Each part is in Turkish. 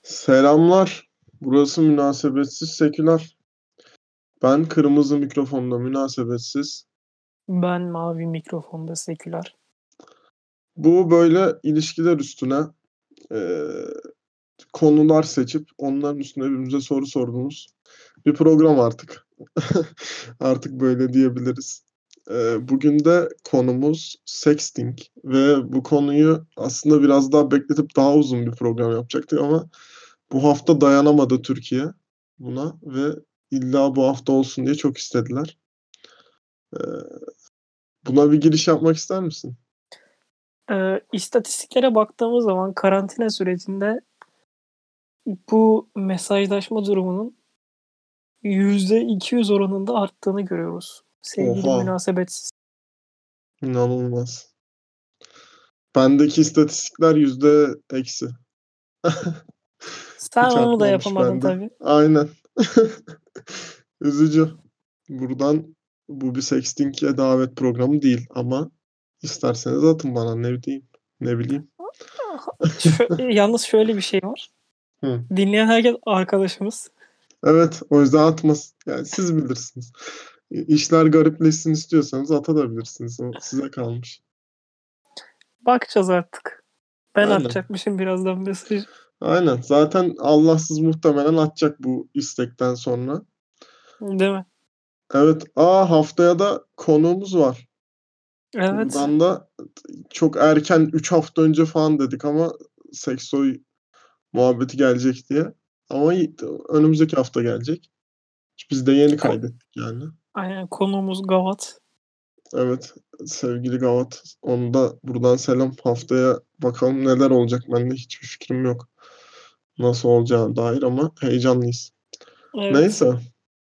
Selamlar. Burası Münasebetsiz Seküler. Ben kırmızı mikrofonda münasebetsiz. Ben mavi mikrofonda seküler. Bu böyle ilişkiler üstüne eee, konular seçip onların üstüne birbirimize soru sorduğumuz bir program artık. Artık böyle diyebiliriz. Bugün de konumuz sexting ve bu konuyu aslında biraz daha bekletip daha uzun bir program yapacaktık ama bu hafta dayanamadı Türkiye buna ve illa bu hafta olsun diye çok istediler. Eee, Buna bir giriş yapmak ister misin? İstatistiklere baktığımız zaman karantina sürecinde bu mesajlaşma durumunun %200 oranında arttığını görüyoruz. Sevgili Oha, münasebetsiz. inanılmaz. Bendeki istatistikler yüzde eksi. Sen Hiç onu da artmamış yapamadın bende. tabii. Aynen. Üzücü. Buradan bu bir sexting'e davet programı değil ama isterseniz atın bana ne bileyim. Ne bileyim. Yalnız şöyle bir şey var. Hı. Dinleyen herkes arkadaşımız. Evet, o yüzden atmasın. Yani siz bilirsiniz. İşler garipleşsin istiyorsanız atabilirsiniz. O size kalmış. Bakacağız artık. Ben Aynen. atacakmışım birazdan mesaj. Aynen. Zaten Allahsız muhtemelen atacak bu istekten sonra. Değil mi? Evet. Haftaya da konuğumuz var. Evet. Buradan da çok erken 3 hafta önce falan dedik ama Seksoy muhabbeti gelecek diye. Ama önümüzdeki hafta gelecek. Biz de yeni Ko- kaydettik yani. Aynen, konuğumuz Gavat. Evet, sevgili Gavat. Onu da buradan selam. Haftaya bakalım neler olacak. Ben de hiçbir fikrim yok. Nasıl olacağına dair ama heyecanlıyız. Evet. Neyse,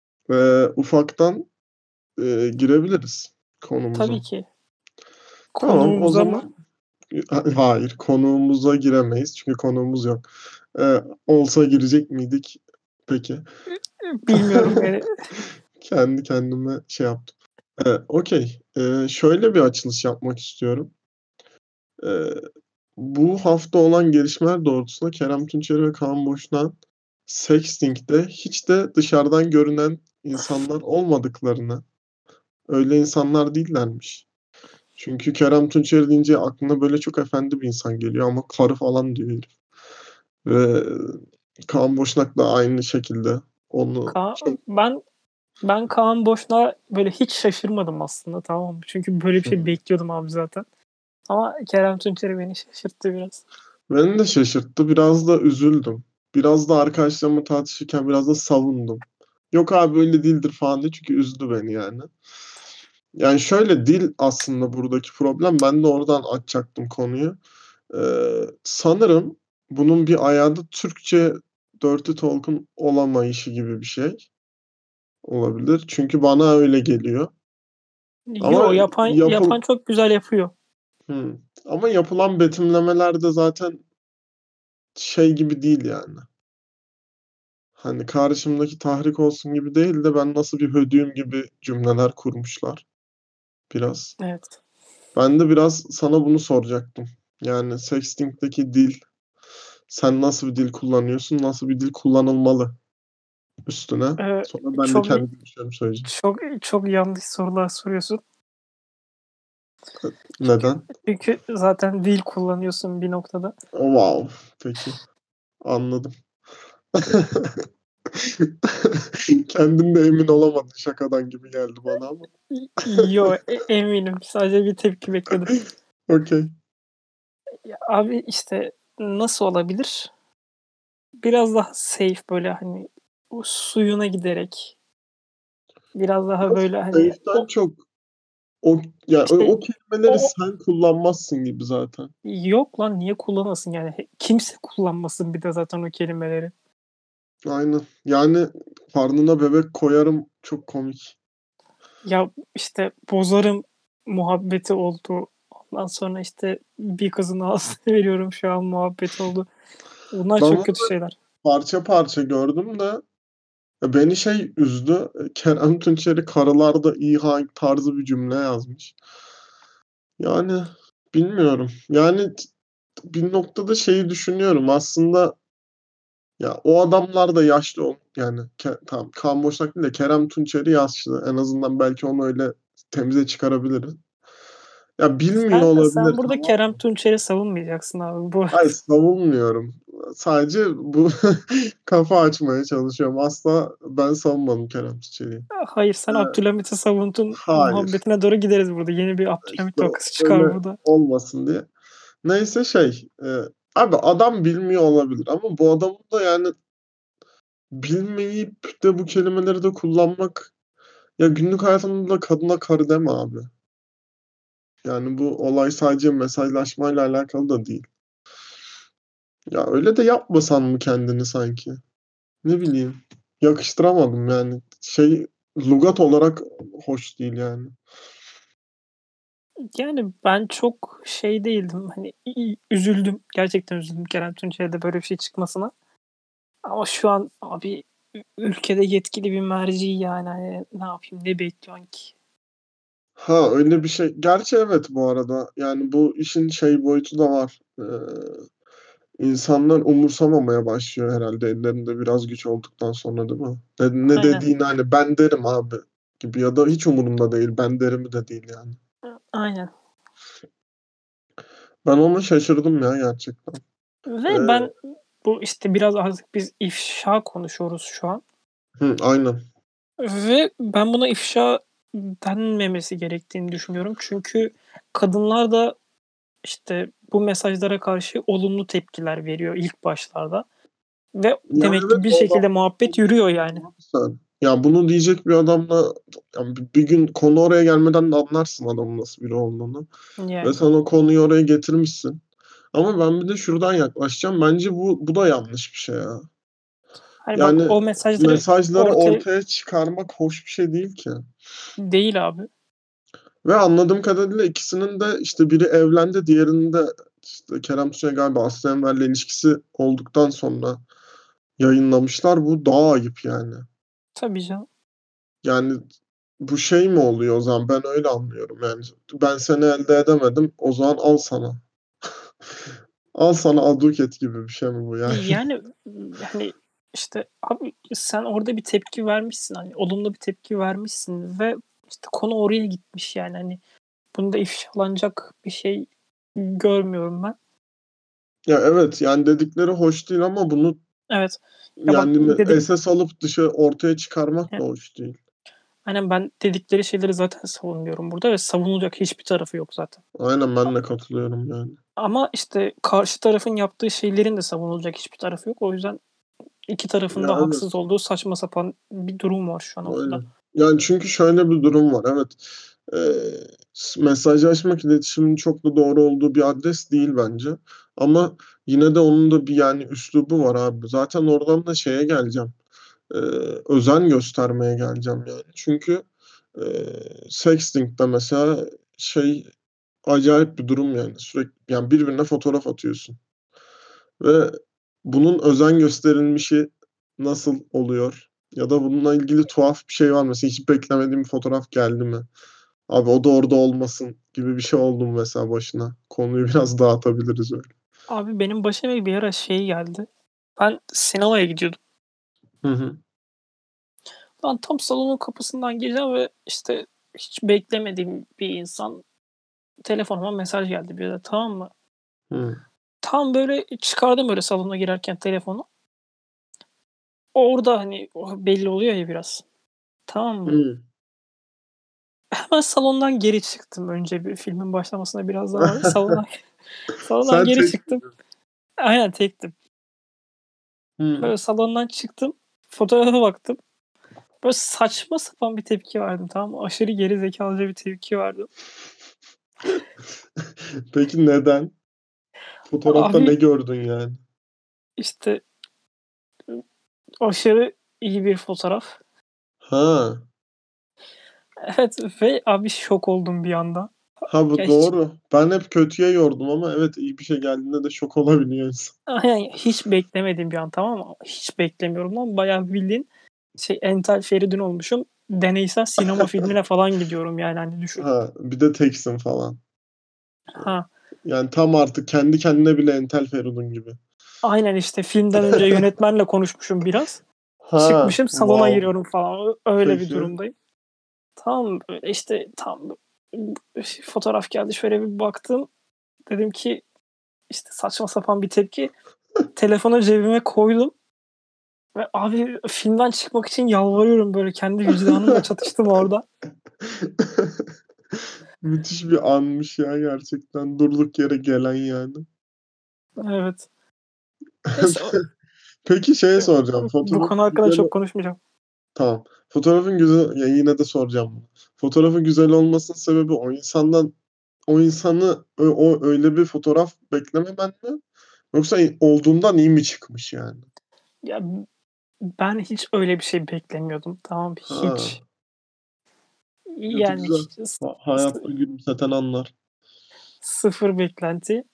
ufaktan girebiliriz konumuza. Tabii ki. Tamam, o Konuğumuza mı? zaman hayır, konuğumuza giremeyiz çünkü konuğumuz yok. Olsa girecek miydik? Peki. Bilmiyorum yani. Kendi kendime şey yaptım. Okey. Şöyle bir açılış yapmak istiyorum. Eee, Bu hafta olan gelişmeler doğrultusunda Kerem Tunçeri ve Kaan Boşnak sexting'de hiç de dışarıdan görünen insanlar olmadıklarını, öyle insanlar değillermiş. Çünkü Kerem Tunçeri deyince aklına böyle çok efendi bir insan geliyor ama karı falan diyor herif. Ve Kaan Boşnak da aynı şekilde onu çok. Ben Kaan Boşna böyle hiç şaşırmadım aslında, tamam mı? Çünkü böyle bir şey bekliyordum abi zaten. Ama Kerem Tunçeri beni şaşırttı biraz. Beni de şaşırttı. Biraz da üzüldüm. Biraz da arkadaşlarımla tartışırken biraz da savundum. Yok abi öyle değildir falan diye çünkü üzdü beni yani. Yani şöyle dil aslında buradaki problem. Ben de oradan açacaktım konuyu. Sanırım bunun bir ayağı da Türkçe Dirty Talk'un olamayışı gibi bir şey olabilir. Çünkü bana öyle geliyor. Yo, Ama yapan çok güzel yapıyor. Ama yapılan betimlemeler de zaten şey gibi değil yani. Hani karşımdaki tahrik olsun gibi değil de ben nasıl bir hödüğüm gibi cümleler kurmuşlar biraz. Evet. Ben de biraz sana bunu soracaktım. Yani sexting'deki dil, sen nasıl bir dil kullanıyorsun, nasıl bir dil kullanılmalı üstüne. Ee, Sonra ben de çok kendi görüşlerimi söyleyeceğim. çok yanlış sorular soruyorsun. Çünkü, Neden? çünkü zaten dil kullanıyorsun bir noktada. Wow. Peki. Anladım. Kendin de emin olamadın şakadan gibi geldi bana ama. Yo, eminim. Sadece bir tepki bekledim. Okey. Ya abi işte nasıl olabilir? Biraz daha safe, böyle hani o suyuna giderek biraz daha böyle hani Safe'den çok o ya o, işte o kelimeleri o sen kullanmazsın gibi zaten. yok lan, niye kullanasın yani? Kimse kullanmasın bir de zaten o kelimeleri. Aynen. Yani karnına bebek koyarım çok komik. Ya işte bozarım muhabbeti oldu. Ondan sonra işte bir kızın ağzına veriyorum şu an muhabbeti oldu. Bunlar Ben çok bunu kötü şeyler. parça parça gördüm de beni şey üzdü. Kerem Tunçeri karılarda İHA tarzı bir cümle yazmış. Yani bilmiyorum. Yani bir noktada şeyi düşünüyorum. Aslında Ya o adamlar da yaşlı yani tamam Kaan Boşnak değil de Kerem Tunçeri yaşlı. En azından belki onu öyle temize çıkarabiliriz. Ya bilmiyor olabilir, Sen burada tamam Kerem mı? Tunçer'i savunmayacaksın abi. Bu Hayır, savunmuyorum. Sadece bu kafa açmaya çalışıyorum. Asla ben savunmadım Kerem Tunçeri'yi. hayır, sen Ee, Abdülhamit'i savundun hayır. muhabbetine doğru gideriz burada. Yeni bir Abdülhamit İşte vakası çıkar öyle burada. olmasın diye. Neyse abi adam bilmiyor olabilir ama bu adamın da yani bilmeyip de bu kelimeleri de kullanmak, ya günlük hayatında da kadına karı deme abi. Yani bu olay sadece mesajlaşmayla alakalı da değil. Ya öyle de yapmasan mı kendini sanki? Ne bileyim. Yakıştıramadım yani. Lugat olarak hoş değil yani. Yani ben çok şey değildim. Hani üzüldüm. Gerçekten üzüldüm Kerem Tunçeri'de böyle bir şey çıkmasına. Ama şu an abi ülkede yetkili bir merci yani hani ne yapayım ne bekliyorsun ki? Ha, öyle bir şey. Gerçi evet, bu arada. Yani bu işin boyutu da var. İnsanlar umursamamaya başlıyor herhalde ellerinde biraz güç olduktan sonra, değil mi? Ne Aynen. dediğini hani ben derim abi gibi, ya da hiç umurumda değil ben derimi de değil yani. Aynen. Ben ona şaşırdım ya gerçekten. Ve Ee, ben bu işte biraz artık biz ifşa konuşuyoruz şu an. aynen. Ve ben buna ifşa denmemesi gerektiğini düşünüyorum. Çünkü kadınlar da işte bu mesajlara karşı olumlu tepkiler veriyor ilk başlarda. Ve Ya demek evet, ki bir o şekilde adamlar muhabbet yürüyor yani. sen. Ya bunu diyecek bir adamla, ya bir gün konu oraya gelmeden de anlarsın adamın nasıl biri olduğunu. Ve Yani. sen o konuyu oraya getirmişsin. Ama ben bir de şuradan yaklaşacağım. Bence bu da yanlış bir şey ya. Hani bak Yani o mesajları mesajları ortaya ortaya çıkarmak hoş bir şey değil ki. değil abi. Ve anladığım kadarıyla ikisinin de işte biri evlendi, diğerinin de işte Kerem Tunçer galiba Aslı Enver'le ilişkisi olduktan sonra yayınlamışlar. Bu daha ayıp yani. Tabii canım. Yani bu şey mi oluyor o zaman? Ben öyle anlıyorum. Yani ben seni elde edemedim, o zaman al sana. Al sana aduket gibi bir şey mi bu yani? Yani hani işte abi sen orada bir tepki vermişsin. Hani olumlu bir tepki vermişsin ve işte konu oraya gitmiş yani. Hani bunda ifşalanacak bir şey görmüyorum ben. Ya evet, yani dedikleri hoş değil ama bunu Evet. Ya bak yani dedik esas alıp ortaya çıkarmak da yani hoş değil. aynen ben dedikleri şeyleri zaten savunmuyorum burada ve savunulacak hiçbir tarafı yok zaten. Aynen, ben de katılıyorum yani. Ama işte karşı tarafın yaptığı şeylerin de savunulacak hiçbir tarafı yok. O yüzden iki tarafın Ya da haksız evet, olduğu saçma sapan bir durum var şu an ortada. aynen. Yani çünkü şöyle bir durum var. Evet. Mesajlaşmak iletişimin çok da doğru olduğu bir adres değil bence. Ama yine de onun da bir yani üslubu var abi. Zaten oradan da geleceğim. Ee, özen göstermeye geleceğim yani. Çünkü e, sexting'de mesela acayip bir durum yani. Sürekli yani birbirine fotoğraf atıyorsun. Ve bunun özen gösterilmişi nasıl oluyor? Ya da bununla ilgili tuhaf bir şey var mesela, hiç beklemediğim bir fotoğraf geldi mi? Abi o da orada olmasın gibi bir şey oldu mu mesela başına? Konuyu biraz dağıtabiliriz öyle. Abi benim başıma bir ara şey geldi. Ben sinemaya gidiyordum. Hı hı. Ben tam salonun kapısından gireceğim ve işte hiç beklemediğim bir insan telefonuma mesaj geldi bir de, tamam mı? Hı. Tam böyle çıkardım böyle salona girerken telefonu. Orada hani o belli oluyor ya biraz. Tamam mı? Hı. Hemen salondan geri çıktım. Önce bir filmin başlamasına biraz zaman var. Salondan Sen geri tek çıktım. Aynen tektim. Hı. Böyle salondan çıktım. Fotoğrafa baktım. Böyle saçma sapan bir tepki verdim, tamam mı? Aşırı geri zekalıca bir tepki verdim. Peki neden? Fotoğrafta Abi ne gördün yani? işte aşırı iyi bir fotoğraf. Ha. Evet ve abi şok oldum bir anda. Ha, Ya bu hiç doğru. Ben hep kötüye yordum ama evet, iyi bir şey geldiğinde de şok olabiliyor insan. aynen hiç beklemediğim bir an, tamam mı? Hiç beklemiyorum lan. Bayağı bildiğin Entel Feridun olmuşum. Deneysel sinema filmine falan gidiyorum yani hani düşün. Ha, bir de teksin falan. Ha Yani tam artık kendi kendine bile entel Feridun gibi. Aynen işte filmden önce yönetmenle konuşmuşum biraz. Ha, Çıkmışım salona wow. giriyorum falan. Öyle bir Peki. durumdayım. Tamam böyle işte tam fotoğraf geldi şöyle bir baktım. Dedim ki işte saçma sapan bir tepki. Telefonu cebime koydum. Ve abi filmden çıkmak için yalvarıyorum böyle kendi vicdanımla çatıştım orada. Müthiş bir anmış ya gerçekten. Durduk yere gelen yani. Evet. Neyse Peki şey soracağım. bu konu Fotoğrafın hakkında güzel çok konuşmayacağım. Tamam. Fotoğrafın güzel ya yine de soracağım bunu. Fotoğrafın güzel olmasının sebebi o insanı öyle bir fotoğraf beklememen mi? Yoksa olduğundan iyi mi çıkmış yani? Ya ben hiç öyle bir şey beklemiyordum. Tamam Ha, hiç. kötü Yani güzel. hiç Hayatta gülümseten anlar. sıfır beklenti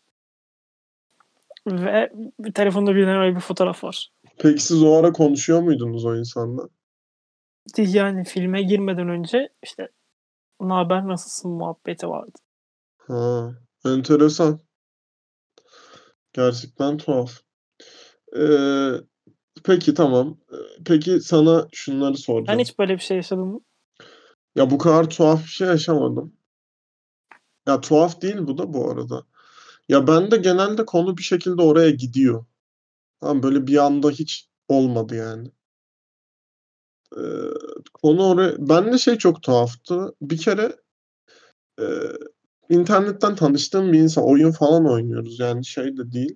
ve bir telefonda birden öyle bir fotoğraf var. Peki siz o ara konuşuyor muydunuz o insanla? Yani filme girmeden önce işte ne haber nasılsın muhabbeti vardı. Ha, enteresan. Gerçekten tuhaf. Ee, peki tamam. Peki sana şunları Ben soracağım. hiç böyle bir şey yaşadım mı? Ya bu kadar tuhaf bir şey yaşamadım. Ya tuhaf değil bu da bu arada. Ya ben de genelde konu bir şekilde oraya gidiyor. Tamam böyle bir anda hiç olmadı yani. Eee, konu oraya ben de şey çok tuhaftı. Bir kere, eee, internetten tanıştığım bir insan, oyun falan oynuyoruz yani şey de değil.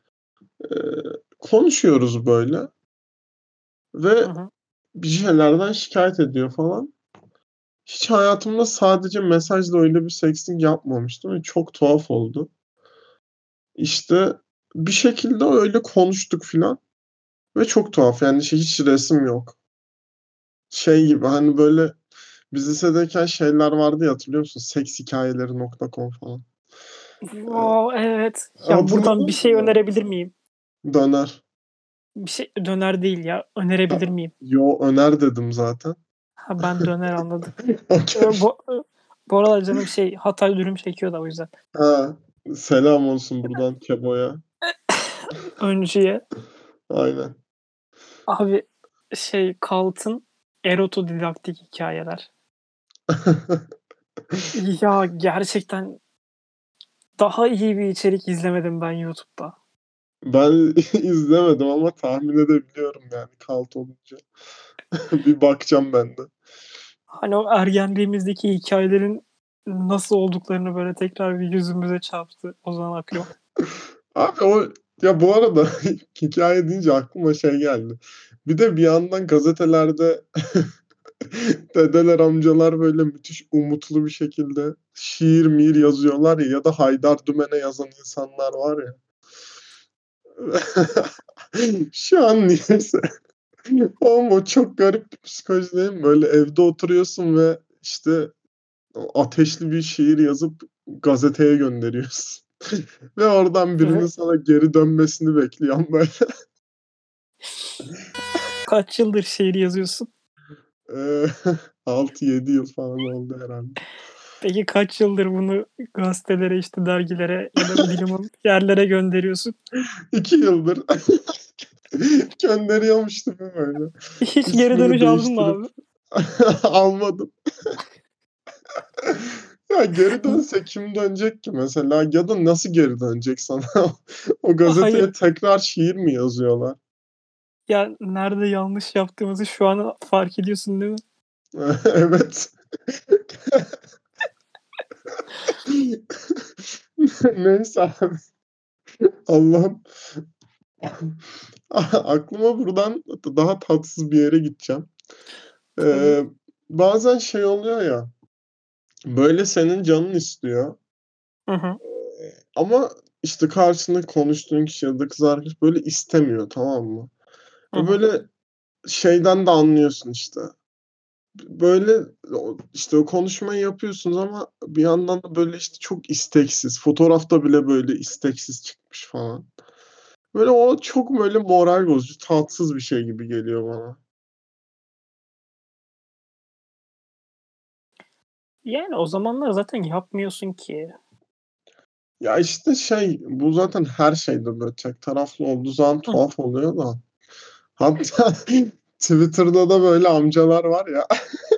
Konuşuyoruz böyle Hı ve hı. bir şeylerden şikâyet ediyor falan. Hiç hayatımda sadece mesajla öyle bir sexting yapmamıştım ve çok tuhaf oldu. İşte bir şekilde öyle konuştuk filan ve çok tuhaf yani hiç resim yok. Şey gibi, hani, böyle biz lisedeyken şeyler vardı ya hatırlıyor musun? Sexhikayeleri.com falan. Eee, Wow, evet. Ya buradan bir hatırladın şey mı? önerebilir miyim? Döner. Bir şey döner değil ya. Önerebilir miyim? Yo, öner dedim zaten. Ha ben döner anladım. Okay. Bu aralar canım şey Hatay dürüm çekiyor da o yüzden. Ha, selam olsun buradan Kebo'ya. Öncüye. Aynen. Abi şey Kalt'ın erotodidaktik hikayeler. Ya gerçekten daha iyi bir içerik izlemedim ben YouTube'da. Ben izlemedim ama tahmin edebiliyorum yani Cult olunca. Bir bakacağım ben de. Hani o ergenliğimizdeki hikâyelerin nasıl olduklarını böyle tekrar bir yüzümüze çarptı Ozan Akgün. Abi ya bu arada hikâye deyince aklıma şey geldi. Bir de bir yandan gazetelerde dedeler, amcalar böyle müthiş umutlu bir şekilde şiir mîr yazıyorlar ya da Haydar Dümen'e yazan insanlar var ya. Şu an niyeyse oğlum o çok garip bir psikoloji değil mi? Böyle evde oturuyorsun ve, işte, o ateşli bir şiir yazıp gazeteye gönderiyorsun ve oradan birinin Ve sana geri dönmesini bekliyorsun böyle. kaç yıldır şiir yazıyorsun? Eee, 6-7 yıl falan oldu herhâlde. Peki kaç yıldır bunu gazetelere, işte dergilere ya da minimum yerlere gönderiyorsun? 2 yıldır gönderiyormuş değil mi böyle? Hiç geri İsmini dönüş aldın mı değiştirip abi? almadım. Ya geri dönse kim dönecek ki mesela ya da nasıl geri dönecek sana? O Hayır. gazeteye tekrar şiir mi yazıyorlar? Ya nerede yanlış yaptığımızı şu an fark ediyorsun değil mi? Evet. Neyse abi. Allah'ım. Aklıma buradan daha tatsız bir yere gideceğim. Tabii. Eee, bazen şey oluyor ya, böyle senin canın istiyor, Hı hı. ama, işte, karşında konuştuğun kişi ya da kız arkadaş böyle istemiyor, tamam mı? Hı Ve hı. böyle şeyden de anlıyorsun, işte. Böyle işte, o konuşmayı yapıyorsunuz ama bir yandan da böyle, işte, çok isteksiz. Fotoğrafta bile böyle isteksiz çıkmış falan. Böyle o çok böyle moral bozucu, tatsız bir şey gibi geliyor bana. Yani o zamanlar zaten yapmıyorsun ki. Ya işte bu zaten her şeyde böyle tek taraflı olduğu zaman Hı. tuhaf oluyor da. Hatta Twitter'da da böyle amcalar var ya.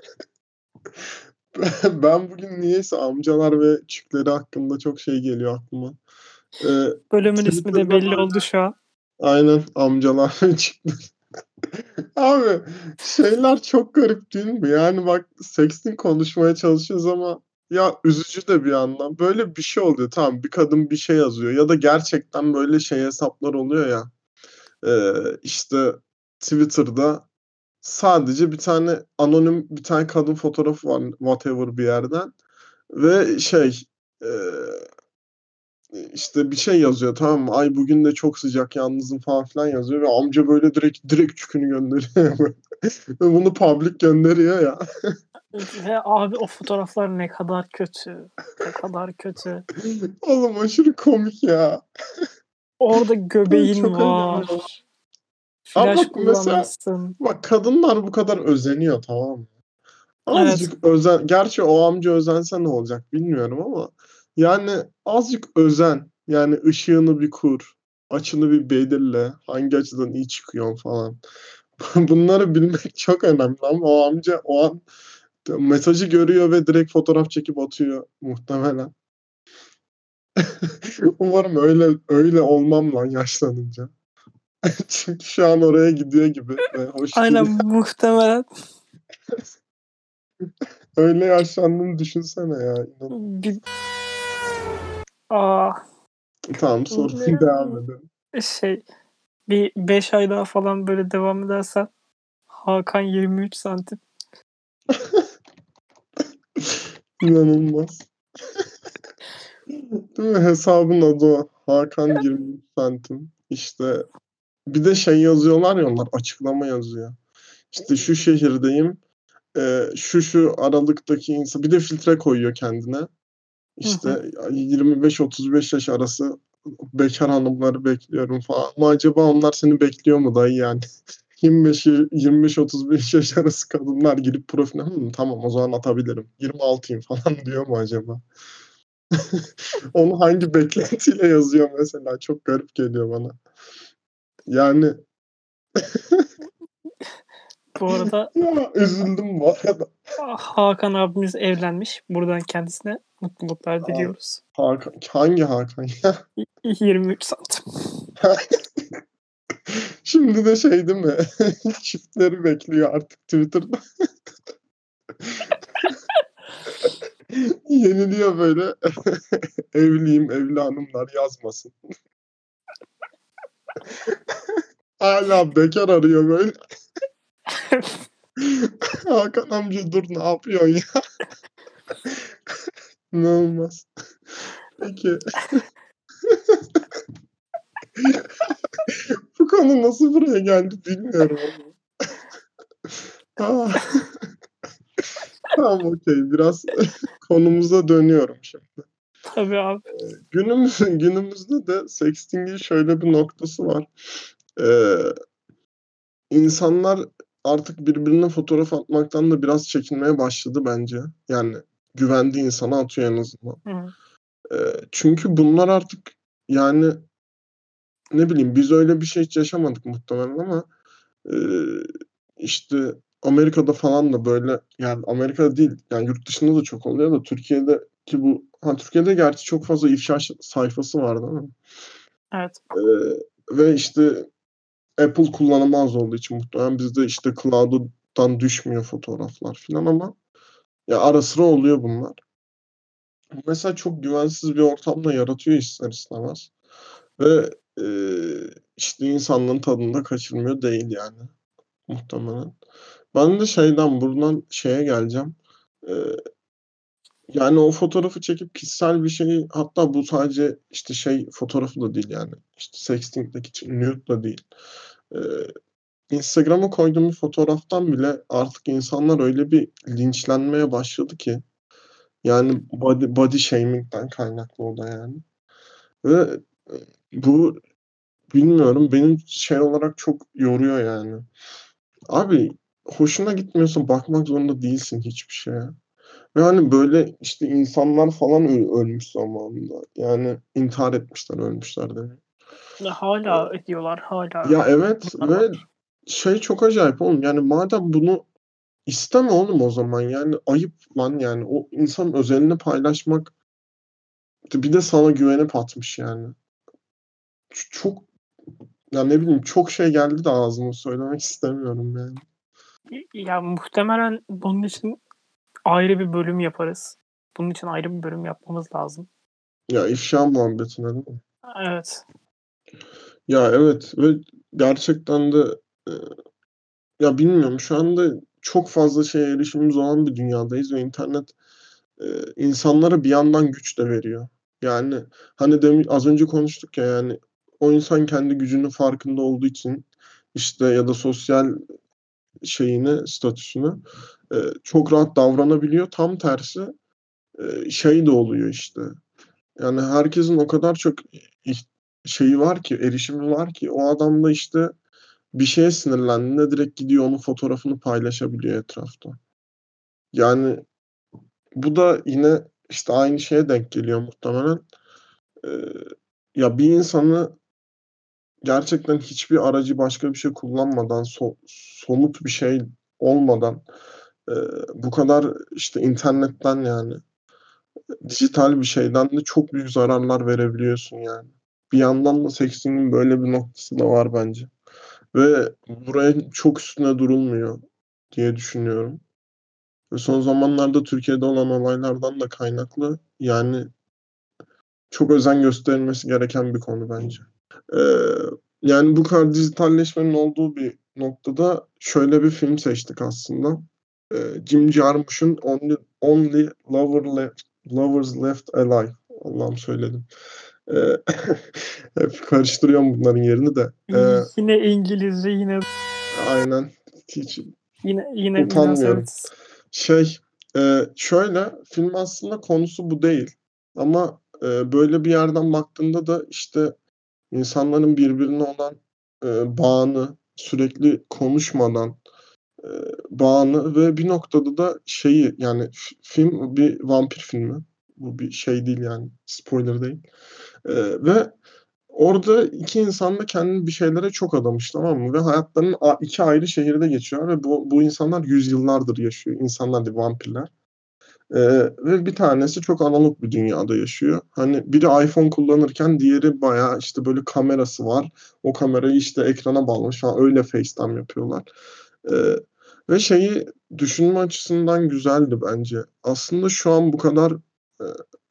Ben bugün niyeyse amcalar ve çiftleri hakkında çok şey geliyor aklıma. Bölümün ismi de Twitter'da belli böyle oldu şu an. aynen amcalar ve çiftler. Abi şeyler çok garip değil mi? Yani bak sexting konuşmaya çalışıyoruz ama ya üzücü de bir yandan. Böyle bir şey oluyor. Tamam bir kadın bir şey yazıyor ya da gerçekten böyle hesaplar oluyor ya. İşte Twitter'da sadece bir tane anonim bir tane kadın fotoğrafı var whatever bir yerden ve e, işte bir şey yazıyor tamam mı? Ay bugün de çok sıcak yalnızım falan filan yazıyor ve amca böyle direkt çükünü gönderiyor. Ve bunu public gönderiyor ya. Ve abi o fotoğraflar ne kadar kötü. Ne kadar kötü. Oğlum aşırı komik ya. Orada Ay, göbeğin çok eğleniyorum. var. Ama Flash bak mesela kullanmışsın. bak kadınlar bu kadar özeniyor tamam mı? Evet. Azıcık özen. Gerçi o amca özense ne olacak bilmiyorum ama yani azıcık özen. Yani ışığını bir kur. Açını bir belirle. Hangi açıdan iyi çıkıyor falan. Bunları bilmek çok önemli ama o amca o an mesajı görüyor ve direkt fotoğraf çekip atıyor muhtemelen. Umarım öyle olmam lan yaşlanınca. Çünkü şu an oraya gidiyor gibi ve hoş Aynen değil. muhtemelen Öyle yaşlandığını düşünsene ya. bir aa, Tamam sorun devam edelim. şey bir 5 ay daha falan böyle devam edersen Hakan 23 santim. İnanılmaz. Değil mi? Hesabın adı o. Hakan 23 santim. İşte bir de yazıyorlar ya onlar açıklama yazıyor. İşte şu şehirdeyim. Şu aralıktaki insan. Bir de filtre koyuyor kendine. Hı hı. İşte 25-35 yaş arası bekar hanımları bekliyorum falan. Ama acaba onlar seni bekliyor mu dayı yani? 25-35 yaş arası kadınlar girip profiline tamam o zaman atabilirim. 26'yım falan diyor mu acaba? Onu hangi beklentiyle yazıyor mesela? Çok garip geliyor bana. Yani Bu arada ya üzüldüm bu arada. Hakan abimiz evlenmiş. Buradan kendisine mutluluklar Aa, diliyoruz. Hangi Hakan ya? 23 santim. Şimdi de değil mi? Çiftleri bekliyor artık Twitter'da. Yeniliyor böyle. Evliyim, evli hanımlar yazmasın. Hala bekar arıyor böyle. Hakan amca dur ne yapıyorsun ya? İnanılmaz. Peki bu konu nasıl buraya geldi bilmiyorum ama. Ah, tamam okey. Biraz konumuza dönüyorum şimdi. Tabii abi. Günümüzde de sexting'in şöyle bir noktası var. Ee, insanlar artık birbirine fotoğraf atmaktan da biraz çekinmeye başladı bence. Yani güvendiği insana atıyor en azından. Hı. Çünkü bunlar artık yani ne bileyim biz öyle bir şey hiç yaşamadık muhtemelen ama Eee, işte Amerika'da falan da böyle yani Amerika'da değil yani yurt dışında da çok oluyor da Türkiye'deki Türkiye'de gerçi çok fazla ifşa sayfası vardı ama Evet. ve işte Apple kullanımı az olduğu için muhtemelen bizde işte cloud'dan düşmüyor fotoğraflar filan ama ya ara sıra oluyor bunlar. Mesela çok güvensiz bir ortamda yaratıyor ister istemez ve işte insanlığın tadını da kaçırmıyor değil yani muhtemelen. Ben de buradan geleceğim. Eee, yani o fotoğrafı çekip kişisel bir şeyi hatta bu sadece işte fotoğrafı da değil yani. İşte sexting'deki nude da değil. Eee, Instagram'a koyduğum bir fotoğraftan bile artık insanlar öyle bir linçlenmeye başladı ki yani body shaming'den kaynaklı o da yani. Ve bu bilmiyorum benim olarak çok yoruyor yani. Abi hoşuna gitmiyorsa bakmak zorunda değilsin hiçbir şeye. Ve hani böyle işte insanlar falan ölmüş zamanında. Yani intihar etmişler, ölmüşler demeyeyim. Hala ediyorlar. Hala Ya evet bunlar ve var. şey çok acayip oğlum. Yani madem bunu isteme oğlum o zaman. Yani ayıp lan yani. O insanın özelini paylaşmak bir de sana güvenip atmış yani. Çok ya ne bileyim çok şey geldi de ağzıma söylemek istemiyorum yani. Ya muhtemelen bunun için ayrı bir bölüm yaparız. Bunun için ayrı bir bölüm yapmamız lazım. Ya ifşa muhabbetine değil mi? Evet. Ya evet ve gerçekten de e, ya bilmiyorum şu anda çok fazla şeye erişimimiz olan bir dünyadayız ve internet insanlara bir yandan güç de veriyor. Yani hani az önce konuştuk ya yani o insan kendi gücünün farkında olduğu için işte ya da sosyal statüsünü çok rahat davranabiliyor. Tam tersi şey de oluyor işte. Yani herkesin o kadar çok şeyi var ki, erişimi var ki o adam da işte bir şeye sinirlendiğinde direkt gidiyor onun fotoğrafını paylaşabiliyor etrafta. Yani bu da yine işte aynı şeye denk geliyor muhtemelen. Eee, ya bir insanı gerçekten hiçbir aracı başka bir şey kullanmadan, somut bir şey olmadan bu kadar işte internetten yani dijital bir şeyden de çok büyük zararlar verebiliyorsun yani. Bir yandan da sexting'in böyle bir noktası da var bence. Ve buraya çok üstüne durulmuyor diye düşünüyorum. Ve son zamanlarda Türkiye'de olan olaylardan da kaynaklı yani çok özen gösterilmesi gereken bir konu bence. Eee, yani bu kadar dijitalleşmenin olduğu bir noktada şöyle bir film seçtik aslında. Jim Jarmusch'un Only Lovers Left Alive. Allah'ım söyledim. Eee, hep karıştırıyorum bunların yerini de. Yine İngilizce, yine Aynen. Hiç yine utanmıyorum. münasebetsiz. Şey, şöyle, film aslında konusu bu değil ama, böyle bir yerden baktığında da, işte, insanların birbirine olan, bağını, sürekli konuşmadan, bağını ve bir noktada da şeyi, yani, film bir vampir filmi. Bu bir şey değil yani, spoiler değil. Ve orada 2 insan da kendini bir şeylere çok adamış, tamam mı? Ve hayatlarının 2 ayrı şehirde geçiyor ve bu insanlar yüzyıllardır yaşıyor. İnsanlar değil, vampirler. Ve bir tanesi çok analog bir dünyada yaşıyor. Hani biri iPhone kullanırken diğeri bayağı, işte, böyle kamerası var. O kamerayı, işte, ekrana bağlamış falan. Öyle FaceTime yapıyorlar. Eee, ve şeyi düşünme açısından güzeldi bence. Aslında şu an bu kadar, eee,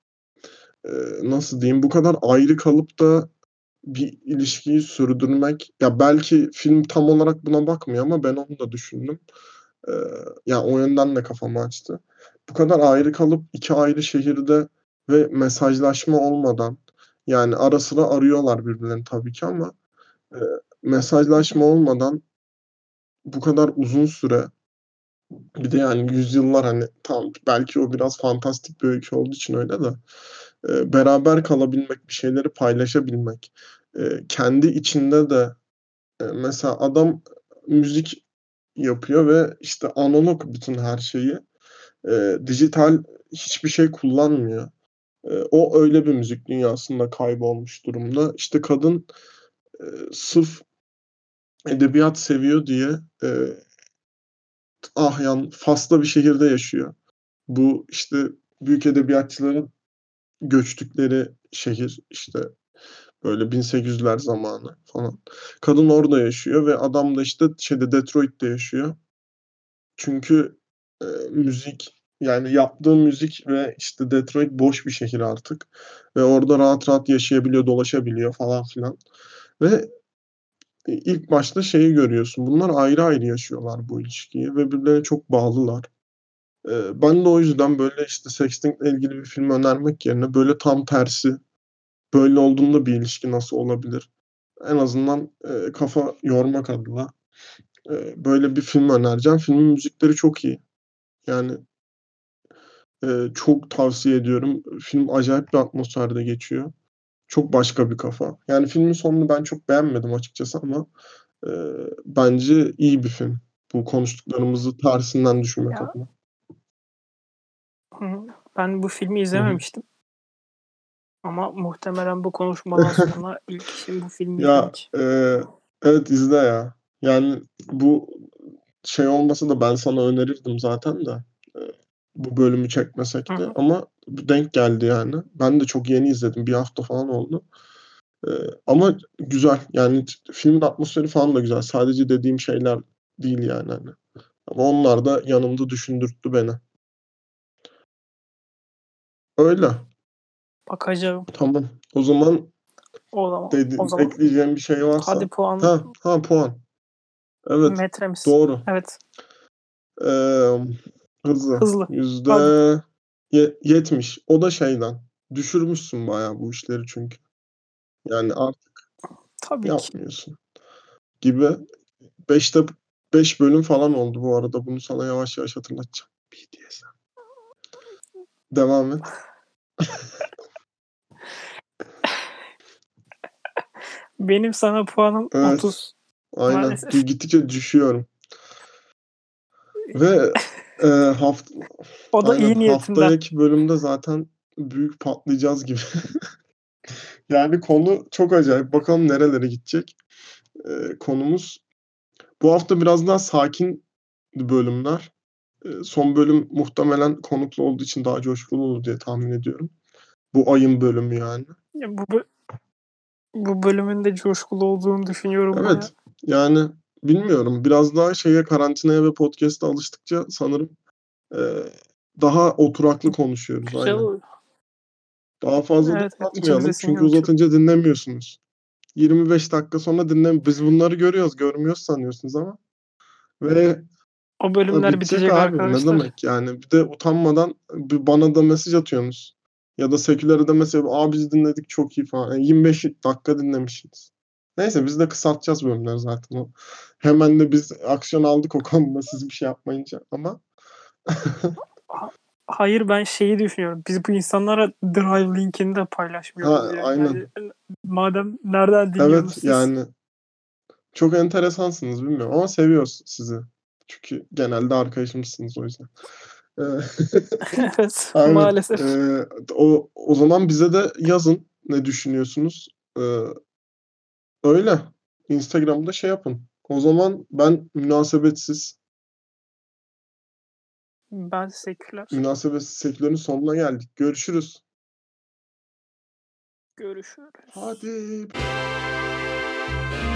nasıl diyeyim, bu kadar ayrı kalıp da bir ilişkiyi sürdürmek, ya, belki film tam olarak buna bakmıyor ama ben onu da düşündüm. Ya, o yönden de kafamı açtı. Bu kadar ayrı kalıp 2 ayrı şehirde ve mesajlaşma olmadan, yani, ara sıra arıyorlar birbirlerini tabii ki ama, eee, mesajlaşma olmadan bu kadar uzun süre, bir de, yani, yüzyıllar, hani, tamam belki o biraz fantastik bir öykü olduğu için öyle de, beraber kalabilmek, bir şeyleri paylaşabilmek, kendi içinde de, mesela adam müzik yapıyor ve, işte, analog bütün her şeyi. Dijital hiçbir şey kullanmıyor. O öyle bir müzik dünyasında kaybolmuş durumda. İşte, kadın, sırf edebiyat seviyor diye, Ahyan, Fas'ta bir şehirde yaşıyor. Bu, işte, büyük edebiyatçıların göçtükleri şehir, işte, böyle 1800'ler zamanı falan. Kadın orada yaşıyor ve adam da, işte, Detroit'te yaşıyor. Çünkü, müzik, yani yaptığı müzik ve, işte, Detroit boş bir şehir artık ve orada rahat rahat yaşayabiliyor, dolaşabiliyor falan filan ve, ilk başta şeyi görüyorsun, bunlar ayrı ayrı yaşıyorlar bu ilişkiyi ve birbirlerine çok bağlılar. Ben de o yüzden, böyle, işte, sexting'le ilgili bir film önermek yerine, böyle, tam tersi, böyle olduğunda bir ilişki nasıl olabilir? En azından, kafa yormak adına, böyle bir film önereceğim. Filmin müzikleri çok iyi. Yani, çok tavsiye ediyorum. Film acayip bir atmosferde geçiyor. Çok başka bir kafa. Yani filmin sonunu ben çok beğenmedim açıkçası ama, bence iyi bir film. Bu konuştuklarımızı tersinden düşünmek Ya adına. Ben bu filmi Hı hı. izlememiştim. Ama muhtemelen bu konuşmadan sonra ilk işim bu filmi Ya, izlemek. evet izle ya. Yani bu şey olmasa da ben sana önerirdim zaten de, bu bölümü Hı çekmesek de hı. ama denk geldi yani. Ben de çok yeni izledim. 1 hafta falan oldu. Ama güzel. Yani filmin atmosferi falan da güzel. Sadece dediğim şeyler değil yani hani. Ama onlar da yanımda düşündürttü beni. Öyle. Bakacağım. Tamam. O zaman O zaman ekleyeceğim bir şey hadi varsa. puan Puan. Evet. metremiz. Doğru. Evet. Emm, hızlı. Hızlı. Hadi. %70. O da şeyden. Düşürmüşsün bayağı bu işleri çünkü. Yani artık Tabii ki. yapmıyorsun gibi. 5'te 5 bölüm falan oldu bu arada. Bunu sana yavaş yavaş hatırlatacağım. BDSM. Devam et. Benim sana puanım Evet. 30 Aynen. maalesef. Gittikçe düşüyorum ve, haft O da aynen iyi niyetinden. haftaki bölümde zaten büyük patlayacağız gibi. Yani konu çok acayip. Bakalım nerelere gidecek. Konumuz bu hafta biraz daha sakin bölümler. Son bölüm muhtemelen konuklu olduğu için daha coşkulu olur diye tahmin ediyorum. Bu ayın bölümü yani. Ya bu bölümün de coşkulu olduğunu düşünüyorum bayağı. Evet, yani bilmiyorum. Biraz daha karantinaya ve podcast'a alıştıkça sanırım, daha oturaklı konuşuyoruz. Güzel Aynen. oluyor. Daha fazla da Evet, evet, içimize uzatmayalım çünkü siniyor çok. uzatınca dinlemiyorsunuz. 25 dakika sonra biz bunları görmüyoruz sanıyorsunuz ama ve O bölümler bitecek bitecek abi bu ne arkadaşlar. demek yani. Bir de utanmadan bana da mesaj atıyorsunuz ya da Seküler'e de mesaj, "A, biz dinledik çok iyi." falan. 25 dakika dinlemişsiniz. Neyse biz de kısaltacağız bölümleri zaten o. Hemen de biz aksiyon aldık o konuda siz bir şey yapmayınca ama Ha hayır, ben şeyi düşünüyorum. Biz bu insanlara Drive linkini de paylaşmıyoruz ya. aynen. Yani madem nereden dinliyorsunuz Evet, siz? yani çok enteresansınız bilmiyorum ama seviyoruz sizi. Çünkü genelde arkadaşımızsınız o yüzden. Eee, Evet, aynen. maalesef. O zaman bize de yazın ne düşünüyorsunuz. Öyle. Instagram'da yapın. O zaman ben münasebetsiz Ben seküler. Seküler'in sonuna geldik. Görüşürüz. Görüşürüz. Hadi.